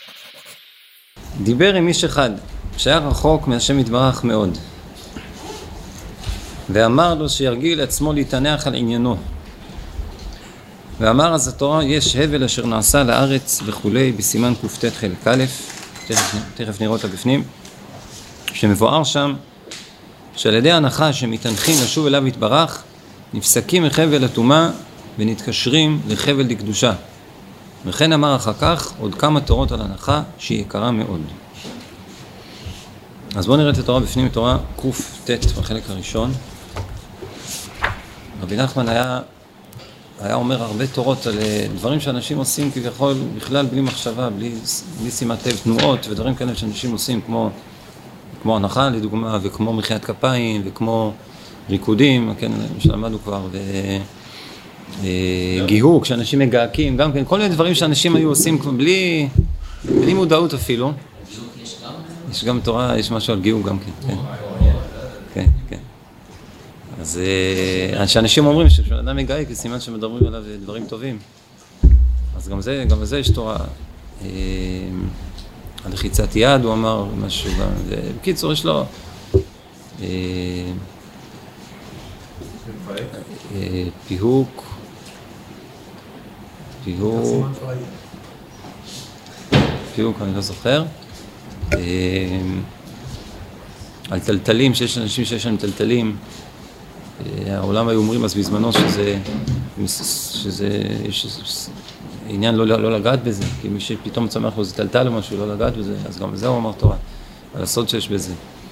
דיבר עם איש אחד שהיה רחוק מהשם יתברך מאוד, ואמר לו שירגיל עצמו להתענח על עניינו. ואמר אז התורה, יש הבל אשר נעשה לארץ וכולי, בסימן קופטת חלק א', תכף נראה אותה בפנים, שמבואר שם שעל ידי ההנחה שמתענחים לשוב אליו יתברך, נפסקים מחבל הטומאה ונתקשרים לחבל דקדושה. וכן אמר אחר כך עוד כמה תורות על הנחה שהיא יקרה מאוד. אז בואו נראה את התורה בפנים, תורה קופטת בחלק הראשון. רבי נחמן היה אומר הרבה תורות על דברים שאנשים עושים כביכול בכלל בלי מחשבה, בלי שימת לב, תנועות ודברים כאלה שאנשים עושים כמו הנחה לדוגמה, וכמו מחיית כפיים, וכמו ריקודים, כן, שלמדנו כבר, וגיהוק, שאנשים מגעקים, גם כן, כל מיני דברים שאנשים היו עושים בלי מודעות אפילו. יש גם תורה, יש משהו על גיהוק גם כן. כן, כן. אז שאנשים אומרים שאדם מגעק, זה סימן שמדברים עליו דברים טובים. אז גם בזה יש תורה. על לחיצת יד הוא אמר משהו, בקיצור יש לו פיהוק, אני לא זוכר, על טלטלים, שיש אנשים שיש להם טלטלים, העולם היו אומרים אז בזמנו שזה עניין לא לגעת בזה, כי מי שפתאום צמח לו זה טלטל או משהו, לא לגעת בזה, אז גם בזה הוא אמר תורה, על הסוד שיש בזה.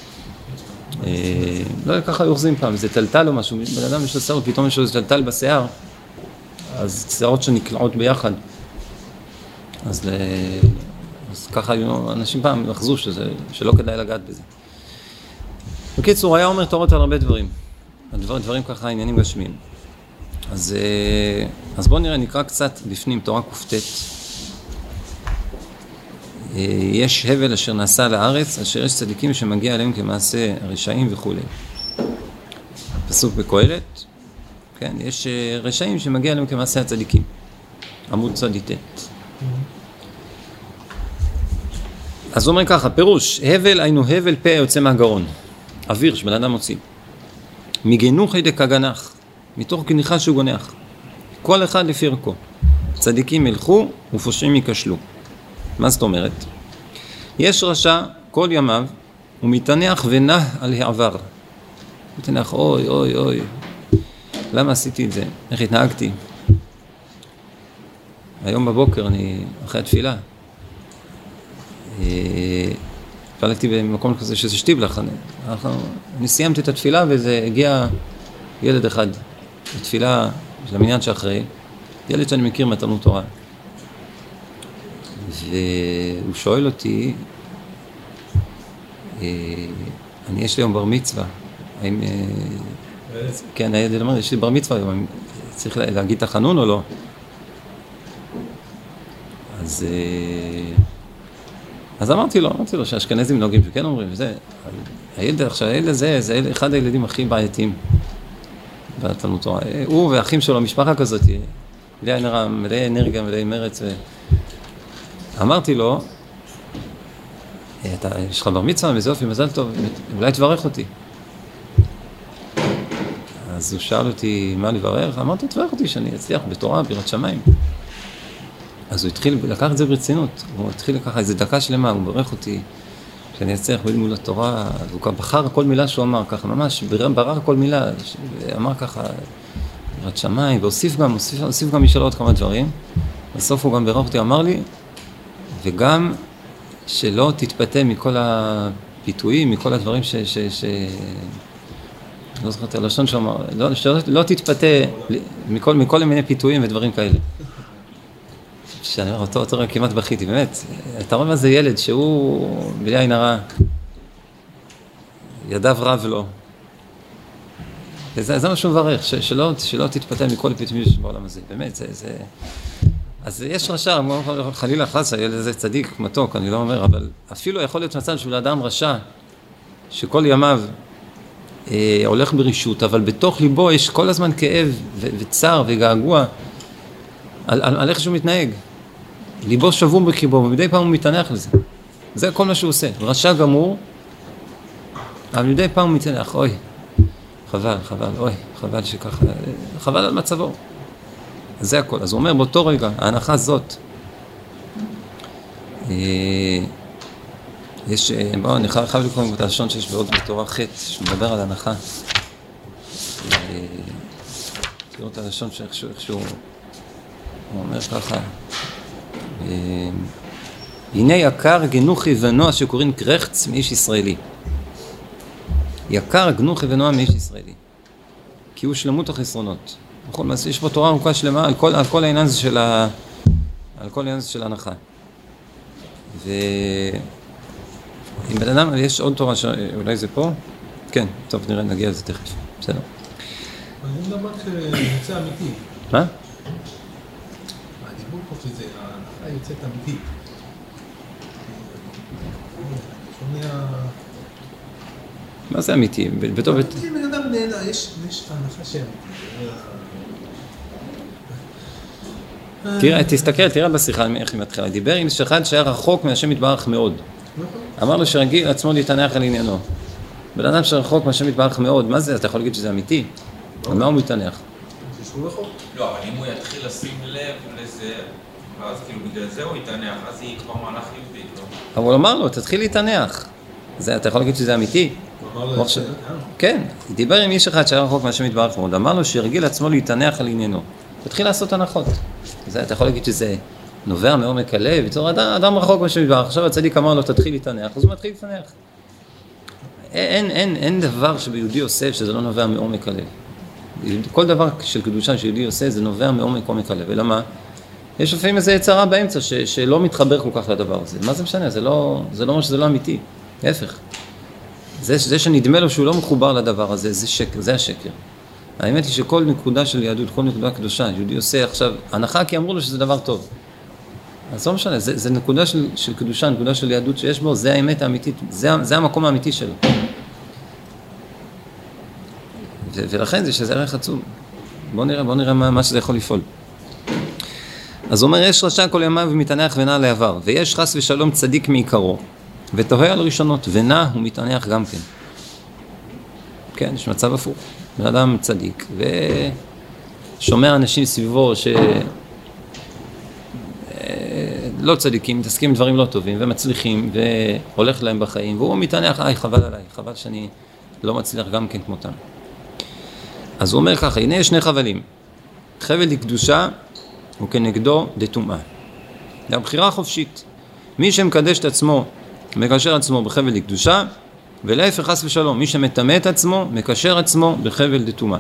לא ככה יוחזים פעם, זה טלטל או משהו, בן אדם יש לו שערות, פתאום יש לו זה טלטל בשיער, אז שערות שנקלעות ביחד. אז ככה אנשים פעם לחזו שלא כדאי לגעת בזה. בקיצור, היה אומר תורות על הרבה דברים. דברים ככה עניינים גשמיים. אז בואו נקרא קצת בפנים תורה קופטת. יש הבל אשר נעשה לארץ, אשר יש צדיקים שמגיע אליהם כמעשה הרשעים וכו'. פסוק בקהלת, כן, יש רשעים שמגיע אליהם כמעשה הצדיקים. עמוד צדיתת. אז אומרים ככה, פירוש, הבל היינו הבל פה יוצא מהגרון. אוויר שבן אדם מוציא. מגנוחי דקגנח, מתוך גניחה שהוא גונח. כל אחד לפי ערכו. צדיקים ילכו ופושעים ייכשלו. מה זאת אומרת? יש רשע כל ימיו, הוא מתענח ונח על העבר. מתענח, אוי. למה עשיתי את זה? איך התנהגתי? היום בבוקר, אחרי התפילה, התפללתי במקום כזה שזה שטיבלח. אני סיימתי את התפילה וזה הגיע ילד אחד בתפילה של המניין שאחרי, ילד שאני מכיר מתנות תורה. והוא שואל אותי, יש לי היום בר מצווה. כן, הילד אומר, יש לי בר מצווה היום, צריך להגיד את החנון או לא? אז אמרתי לו שהאשכנזים נוהגים שכן אומרים, וזה, הילד הזה, זה אחד הילדים הכי בעייתיים בתלמוד תורה. הוא והאחים שלו, משפחה כזאת, מלא אנרגיה, מלא מרץ. אמרתי לו, יש לך בר מצווה, וזה יופי, מזל טוב, אולי תברך אותי. אז הוא שאל אותי מה לברך, אמרתי, תברך אותי שאני אצליח בתורה, ביראת שמיים. אז הוא התחיל לקח את זה ברצינות, הוא התחיל לקח איזה דקה שלמה, הוא ברך אותי שאני אצליח בלימוד התורה, והוא בחר כל מילה שהוא אמר ככה, ממש ברר כל מילה, אמר ככה, ביראת שמיים, והוסיף גם משאל עוד כמה דברים. בסוף הוא גם ברך אותי, אמר לי, וגם שלא תתפתה מכל הפיתויים, מכל הדברים לא זוכרת, הלשון שאומר, לא תתפתה מכל מיני פיתויים ודברים כאלה. שאני אומר, אותו רק כמעט בכיתי, באמת. אתה רואה מה זה ילד שהוא בלי עין הרע, ידיו רב לו. וזה מה שהוא מברך, שלא תתפתה מכל הפיתויים שבעולם הזה, באמת. אז יש רשע, חלילה חסה, ילד הזה צדיק, מתוק, אני לא אומר, אבל אפילו יכול להיות מצב של אדם רשע, שכל ימיו הולך ברישות, אבל בתוך ליבו יש כל הזמן כאב וצער וגעגוע על איך שהוא מתנהג. ליבו שבור בקיבו, ומדי פעם הוא מתענח לזה. זה כל מה שהוא עושה. רשע גמור, אבל מדי פעם הוא מתענח, אוי, חבל, אוי, חבל שככה, חבל על מצבו. זה הכל. אז הוא אומר באותו רגע, ההנחה הזאת, בואו, אני חייב לקרוא את הלשון שיש בעוד בתורה ח' שמדבר על הנחה. תראו את הלשון שאיכשהו, הוא אומר ככה, הנה יקר גנוחי ונוע שקוראים קרחץ מאיש ישראלי. יקר גנוחי ונוע מאיש ישראלי. כי הוא שלמות החסרונות. יש פה תורה ארוכה שלמה על כל העניין הזה של ההנחה. ואם בן אדם, יש עוד תורה, אולי זה פה? כן, טוב, נראה, נגיע לזה תכף. בסדר. אני מדבר שיוצא אמיתי. מה? הדיבור פה שזה, ההנחה יוצאת אמיתית. שומע... מה זה אמיתי? בתור... אם בן אדם נהנה, יש הנחה שאמיתי. תראה בשיחה איך היא מתחילה. דיבר עם אחד שהיה רחוק מהשם יתברך מאוד. אמר לו שרגיל עצמו להתענח על עניינו. בן אדם שרחוק מהשם יתברך מאוד, מה זה? אתה יכול להגיד שזה אמיתי? על מה הוא מתענח? זה שהוא רחוק. לא, אבל אם הוא יתחיל לשים לב לזה, ואז כאילו בגלל זה הוא יתענח, אז היא כבר מהלך חיובי, לא? אבל הוא אמר לו, תתחיל להתענח. אתה יכול להגיד שזה אמיתי? כן, דיבר עם איש אחד שהיה רחוק מהשם יתברך מאוד, אמר לו שירגיל עצמו להתענח על עניינו. תתחיל לעשות הנחות. אתה יכול להגיד שזה נובע מעומק הלב, בצורה אדם רחוק מהשם יתברך, עכשיו הצדיק אמר לו תתחיל להתענח, אז הוא מתחיל להתענח. אין דבר שביהודי עושה שזה לא נובע מעומק הלב. כל דבר של קדושה שיהודי עושה זה נובע מעומק הלב. ולמה? יש לפעמים איזו יצרה באמצע שלא מתחבר כל כך לדבר הזה. מה זה משנה? זה לא אומר שזה לא אמיתי. להפך. זה שנדמה לו שהוא לא מחובר לדבר הזה, זה השקר. האמת היא שכל נקודה של יהדות, כל נקודה קדושה, יהודי עושה עכשיו הנחה כי אמרו לו שזה דבר טוב. אז לא משנה, זה נקודה של קדושה, נקודה של יהדות שיש בו, זה האמת האמיתית, זה המקום האמיתי שלו. ולכן זה שזה ערך עצום. בוא נראה מה שזה יכול לפעול. אז הוא אומר, יש רשע כל ימיו ומתענח ונע לעבר, ויש חס ושלום צדיק מעיקרו, ותוהה על ראשונות, ונע ומתענח גם כן. כן, יש מצב הפוך. בן אדם צדיק, ושומע אנשים סביבו שלא צדיקים, מתעסקים דברים לא טובים, ומצליחים, והולך להם בחיים, והוא מתענח, חבל עליי, חבל שאני לא מצליח גם כן כמותם. אז הוא אומר ככה, הנה יש שני חבלים, חבל לקדושה, וכנגדו דטומאה. זה הבחירה חופשית. מי שמקדש את עצמו, מקשר עצמו בחבל לקדושה, ולהפך חס ושלום, מי שמטמא את עצמו, מקשר עצמו בחבל דטומאה.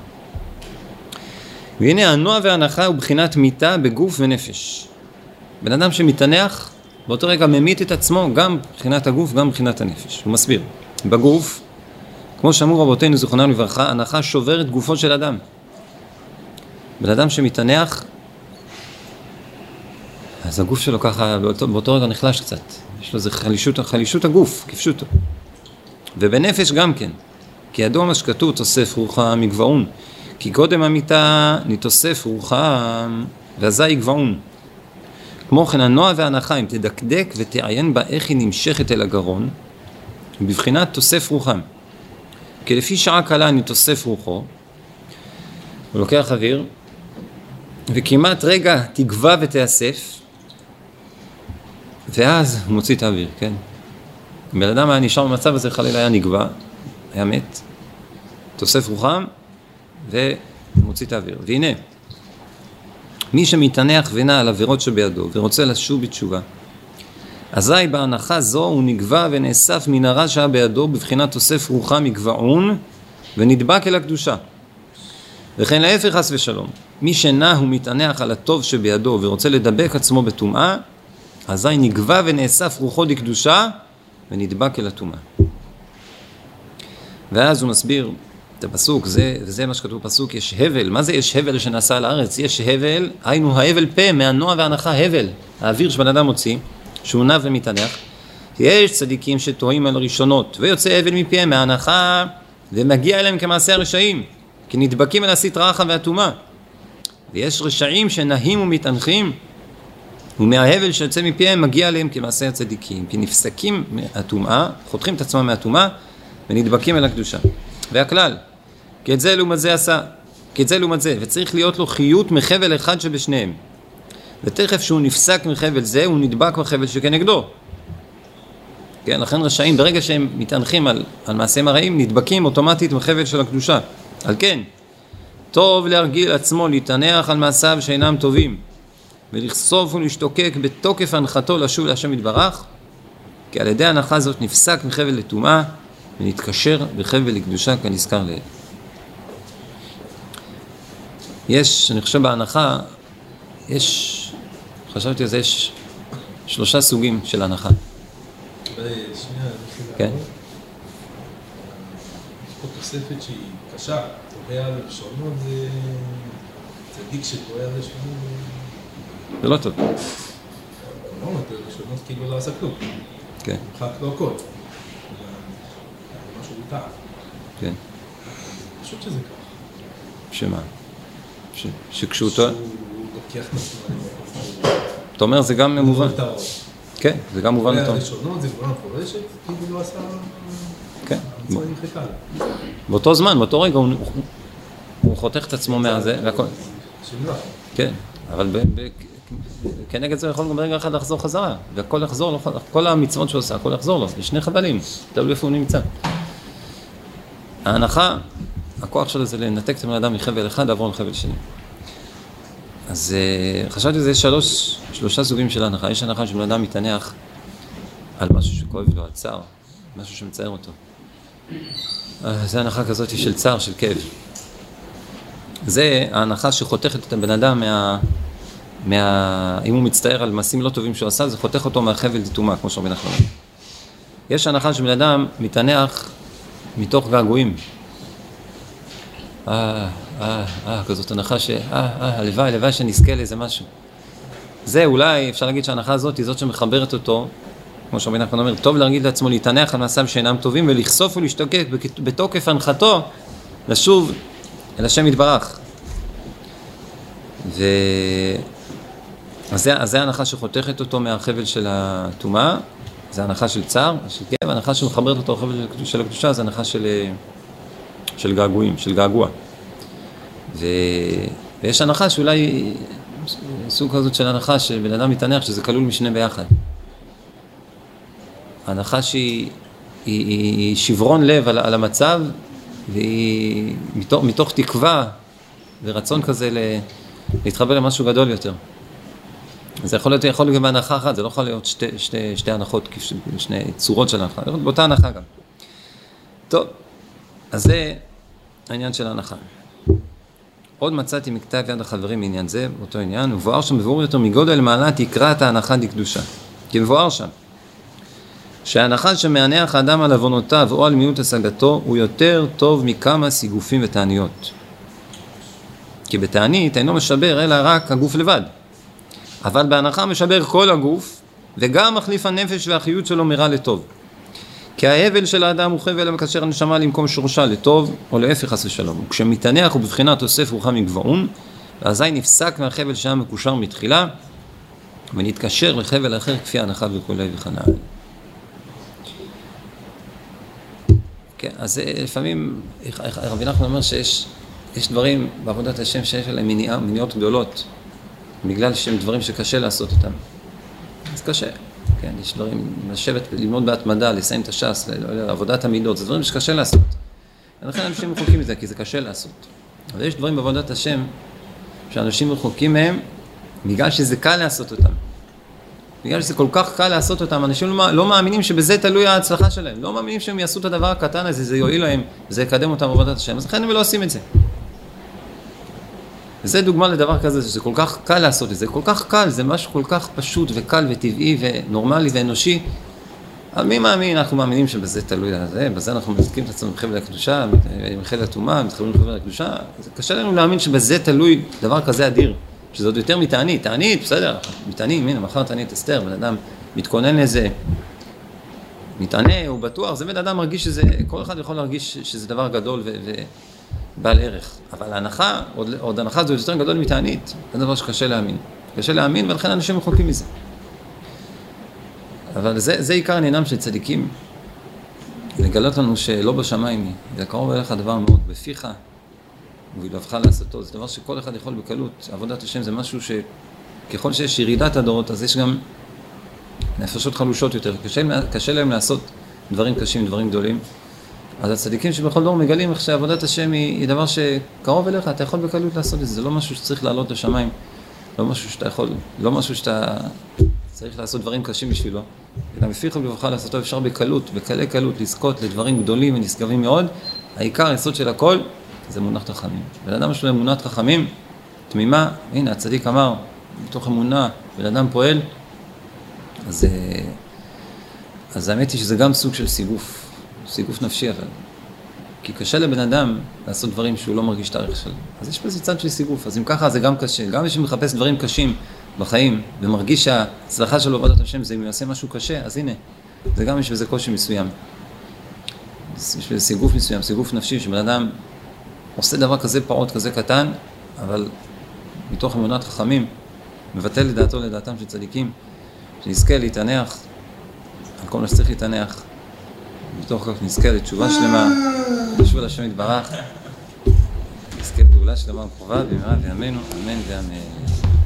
והנה הנוע וההנחה הוא בחינת מיתה בגוף ונפש. בן אדם שמתענח, באותו רגע ממית את עצמו, גם בחינת הגוף, גם בחינת הנפש. הוא מסביר. בגוף, כמו שאמרו רבותינו זיכרונם לברכה, הנחה שוברת גופו של אדם. בן אדם שמתענח, אז הגוף שלו ככה, באותו רגע נחלש קצת. יש לו איזה חלישות הגוף, כפשוטו. ובנפש גם כן, כי ידוע מה שכתוב, תוסף רוחה מגבעון, כי קודם המיטה נתוסף רוחה, ואזי יגבעון. כמו כן, הנוע וההנחה, אם תדקדק ותעיין בה איך היא נמשכת אל הגרון, בבחינת תוסף רוחם. כי לפי שעה קלה נתוסף רוחו, הוא לוקח אוויר, וכמעט רגע תגבה ותאסף, ואז הוא מוציא את האוויר, כן? בן אדם היה נשאר במצב הזה, חלילה היה נגבה, היה מת, תוסף רוחם, ומוציא את האוויר. והנה, מי שמתענח ונע על עבירות שבידו, ורוצה לשוב בתשובה, אזי בהנחה זו הוא נגבה ונאסף מן הרע שהיה בידו, בבחינת תוסף רוחם מגבעון, ונדבק אל הקדושה. וכן להפך חס ושלום, מי שנע הוא מתענח על הטוב שבידו, ורוצה לדבק עצמו בטומאה, אזי נגבה ונאסף רוחו לקדושה, ונדבק אל הטומאה. ואז הוא מסביר את הפסוק, וזה מה שכתוב בפסוק, יש הבל. מה זה יש הבל שנעשה על הארץ? יש הבל, היינו ההבל פה, מהנוע וההנחה הבל. האוויר שבן אדם מוציא, שהוא נע ומתענח. יש צדיקים שטועים על ראשונות, ויוצא הבל מפיהם מההנחה, ומגיע אליהם כמעשה הרשעים, כי נדבקים אל הסטרא אחרא והטומאה. ויש רשעים שנעים ומתענחים, ומההבל שיוצא מפיהם מגיע עליהם כמעשה הצדיקים, כי נפסקים מהטומאה, חותכים את עצמם מהטומאה, ונדבקים אל הקדושה. והכלל, כי את זה לעומת זה עשה, כי את זה לעומת זה, וצריך להיות לו חיות מחבל אחד שבשניהם. ותכף שהוא נפסק מחבל זה, הוא נדבק בחבל שכנגדו. כן, לכן רשעים, ברגע שהם מתענחים על מעשיהם הרעים, נדבקים אוטומטית מחבל של הקדושה. על כן, טוב להרגיל עצמו להתענח על מעשיו שאינם טובים, ולחשוף ולהשתוקק בתוקף הנחתו לשוב להשם יתברך, כי על ידי ההנחה הזאת נפסק מחבל לטומאה, ונתקשר בחבל לקדושה כנזכר לעיל. יש, אני חושב בהנחה, חשבתי על זה, יש 3 סוגים של הנחה. שנייה, כן. יש פה תוספת שהיא קשה, תובע לראשונות זה צדיק שתובע לראשונות זה לא טוב. לא, לראשונות כאילו לא עשה כלום. כן. מחק לו הכל. משהו בוטע. כן. פשוט שזה ככה. שמה? שכשהוא שהוא לוקח את עצמו. אתה אומר זה גם מובן. את האור. כן, זה גם מובן לטוב. הראשונות זה כבר מפורשת, כאילו לא עשה... כן. המצוא נמחקה. באותו זמן, באותו רגע הוא חותך את עצמו מהזה והכל. שמלה. כן, אבל כנגד זה יכול גם ברגע אחד לחזור חזרה, והכל יחזור לו, כל המצוות שהוא עושה, הכל יחזור לו, יש 2 חבלים, תלוי איפה הוא נמצא. ההנחה, הכוח שלו זה לנתק את הבן אדם מחבל אחד, לעבור לחבל שני. אז חשבתי שזה 3 סוגים של הנחה. יש הנחה שבן אדם מתענח על משהו שכואב לו, על צער, משהו שמצער אותו. זה הנחה כזאת של צער, של כאב. זה ההנחה שחותכת את הבן אדם אם הוא מצטער על מעשים לא טובים שהוא עשה, זה חותך אותו מהחבל לטומאה, כמו שרבי נחמן. יש הנחה שבן אדם מתענח מתוך געגועים. כזאת הנחה הלוואי שנזכה לאיזה משהו. זה אולי, אפשר להגיד שההנחה הזאת היא זאת שמחברת אותו, כמו שרבי נחמן אומר, טוב להרגיל לעצמו להתענח על מעשיו שאינם טובים, ולחשוף ולהשתוקק בתוקף הנחתו, לשוב אל השם יתברך. אז זה ההנחה שחותכת אותו מהחבל של הטומאה, זה ההנחה של צער, של כאב, ההנחה שמחברת אותו לחבל של הקדושה, זה ההנחה של געגועים, של געגוע. ויש הנחה שאולי סוג כזאת של הנחה שבן אדם מתענח שזה כלול משנה ביחד. הנחה שהיא שברון לב על המצב, והיא מתוך תקווה ורצון כזה להתחבר למשהו גדול יותר. זה יכול להיות גם בהנחה אחת, זה לא יכול להיות שתי הנחות, שני צורות של הנחה, באותה הנחה גם. טוב, אז זה העניין של ההנחה. עוד מצאתי מכתב יד החברים בעניין זה, באותו עניין, מבואר שם מבואר יותר מגודל מעלה תקרת ההנחה דקדושה. כי מבואר שם, שההנחה שמענח האדם על עוונותיו או על מיעוט השגתו, הוא יותר טוב מכמה סיגופים ותעניות. כי בתענית אינו משבר אלא רק הגוף לבד. אבל בהנחה משבר כל הגוף, וגם מחליף הנפש והחיות שלו מרע לטוב. כי ההבל של האדם הוא חבל המקשר הנשמה למקום שורשה לטוב, או להפך חס ושלום. וכשמתענח הוא בבחינת אוסף רוחה מגבעון, ואזי נפסק מהחבל שהיה מקושר מתחילה, ונתקשר לחבל אחר כפי ההנחה וכולי וכנען. כן, אז לפעמים רבי נחמן אומר שיש דברים בעבודת השם שיש עליהם מניעות גדולות, בגלל שהם דברים שקשה לעשות אותם. אז קשה. כן, יש דברים, לשבת, ללמוד בהתמדה, לסיים את הש"ס, לעבודת המידות, זה דברים שקשה לעשות. ולכן אנשים רחוקים מזה, כי זה קשה לעשות. אבל יש דברים בעבודת השם, שאנשים רחוקים מהם, בגלל שזה קל לעשות אותם. בגלל שזה כל כך קל לעשות אותם, אנשים לא מאמינים שבזה תלוי ההצלחה שלהם. לא מאמינים שהם יעשו את הדבר הקטן הזה, זה יועיל להם, זה יקדם אותם בעבודת השם. אז לכן הם לא עושים את זה. וזה דוגמה לדבר כזה, שזה כל כך קל לעשות את זה. כל כך קל, זה משהו כל כך פשוט וקל וטבעי ונורמלי ואנושי. אבל מי מאמין? אנחנו מאמינים שבזה תלוי על זה, בזה אנחנו מזכים את עצמנו בחבל הקדושה, בחבל הטומאה, מתחברים לחבל הקדושה. זה קשה לנו להאמין שבזה תלוי דבר כזה אדיר, שזה עוד יותר מתענית. תענית, בסדר, מתענים, הנה, מחר תענית אסתר, בן אדם מתכונן לזה, מתענה, הוא בטוח, זה בן אדם מרגיש שזה, כל אחד יכול להרגיש שזה דבר גדול בעל ערך. אבל ההנחה, עוד הנחה זו יותר גדול מתענית, זה דבר שקשה להאמין. קשה להאמין, ולכן אנשים רחוקים מזה. אבל זה עיקר עניינם של צדיקים, לגלות לנו שלא בשמיים היא, זה קרוב אליך דבר מאוד, בפיך, ובלבבך לעשותו, זה דבר שכל אחד יכול בקלות. עבודת השם זה משהו שככל שיש ירידת הדורות, אז יש גם נפשות חלושות יותר, קשה להם לעשות דברים קשים, דברים גדולים. אז הצדיקים שבכל דור מגלים איך שעבודת השם היא דבר שקרוב אליך, אתה יכול בקלות לעשות את זה, זה לא משהו שצריך לעלות לשמיים, לא משהו שאתה יכול, לא משהו שאתה צריך לעשות דברים קשים בשבילו. אלא בפיך ובלבבך לעשותו, אפשר בקלות, בקלי קלות, לזכות לדברים גדולים ונשגבים מאוד. העיקר, היסוד של הכל, זה אמונת חכמים. בן אדם יש לו אמונת חכמים, תמימה, הנה הצדיק אמר, מתוך אמונה, בן אדם פועל, אז האמת היא שזה גם סוג של סיגוף נפשי, אבל כי קשה לבן אדם לעשות דברים שהוא לא מרגיש את הערך שלו. אז יש פה צד של סיגוף, אז אם ככה זה גם קשה. גם מי שמחפש דברים קשים בחיים, ומרגיש שההצלחה שלו בעבודת השם זה אם הוא יעשה משהו קשה, אז הנה, זה גם יש בזה קושי מסוים. יש בזה סיגוף מסוים, סיגוף נפשי, שבן אדם עושה דבר כזה פעוט, כזה קטן, אבל מתוך אמונת חכמים, מבטל לדעתו לדעתם של צדיקים, שנזכה להתענח על כל מה שצריך להתענח, מתוך כך נזכה לתשובה שלמה, לשוב לשם יתברך, נזכה לגאולה שלמה וקרובה במהרה בימינו, אמן ואמן.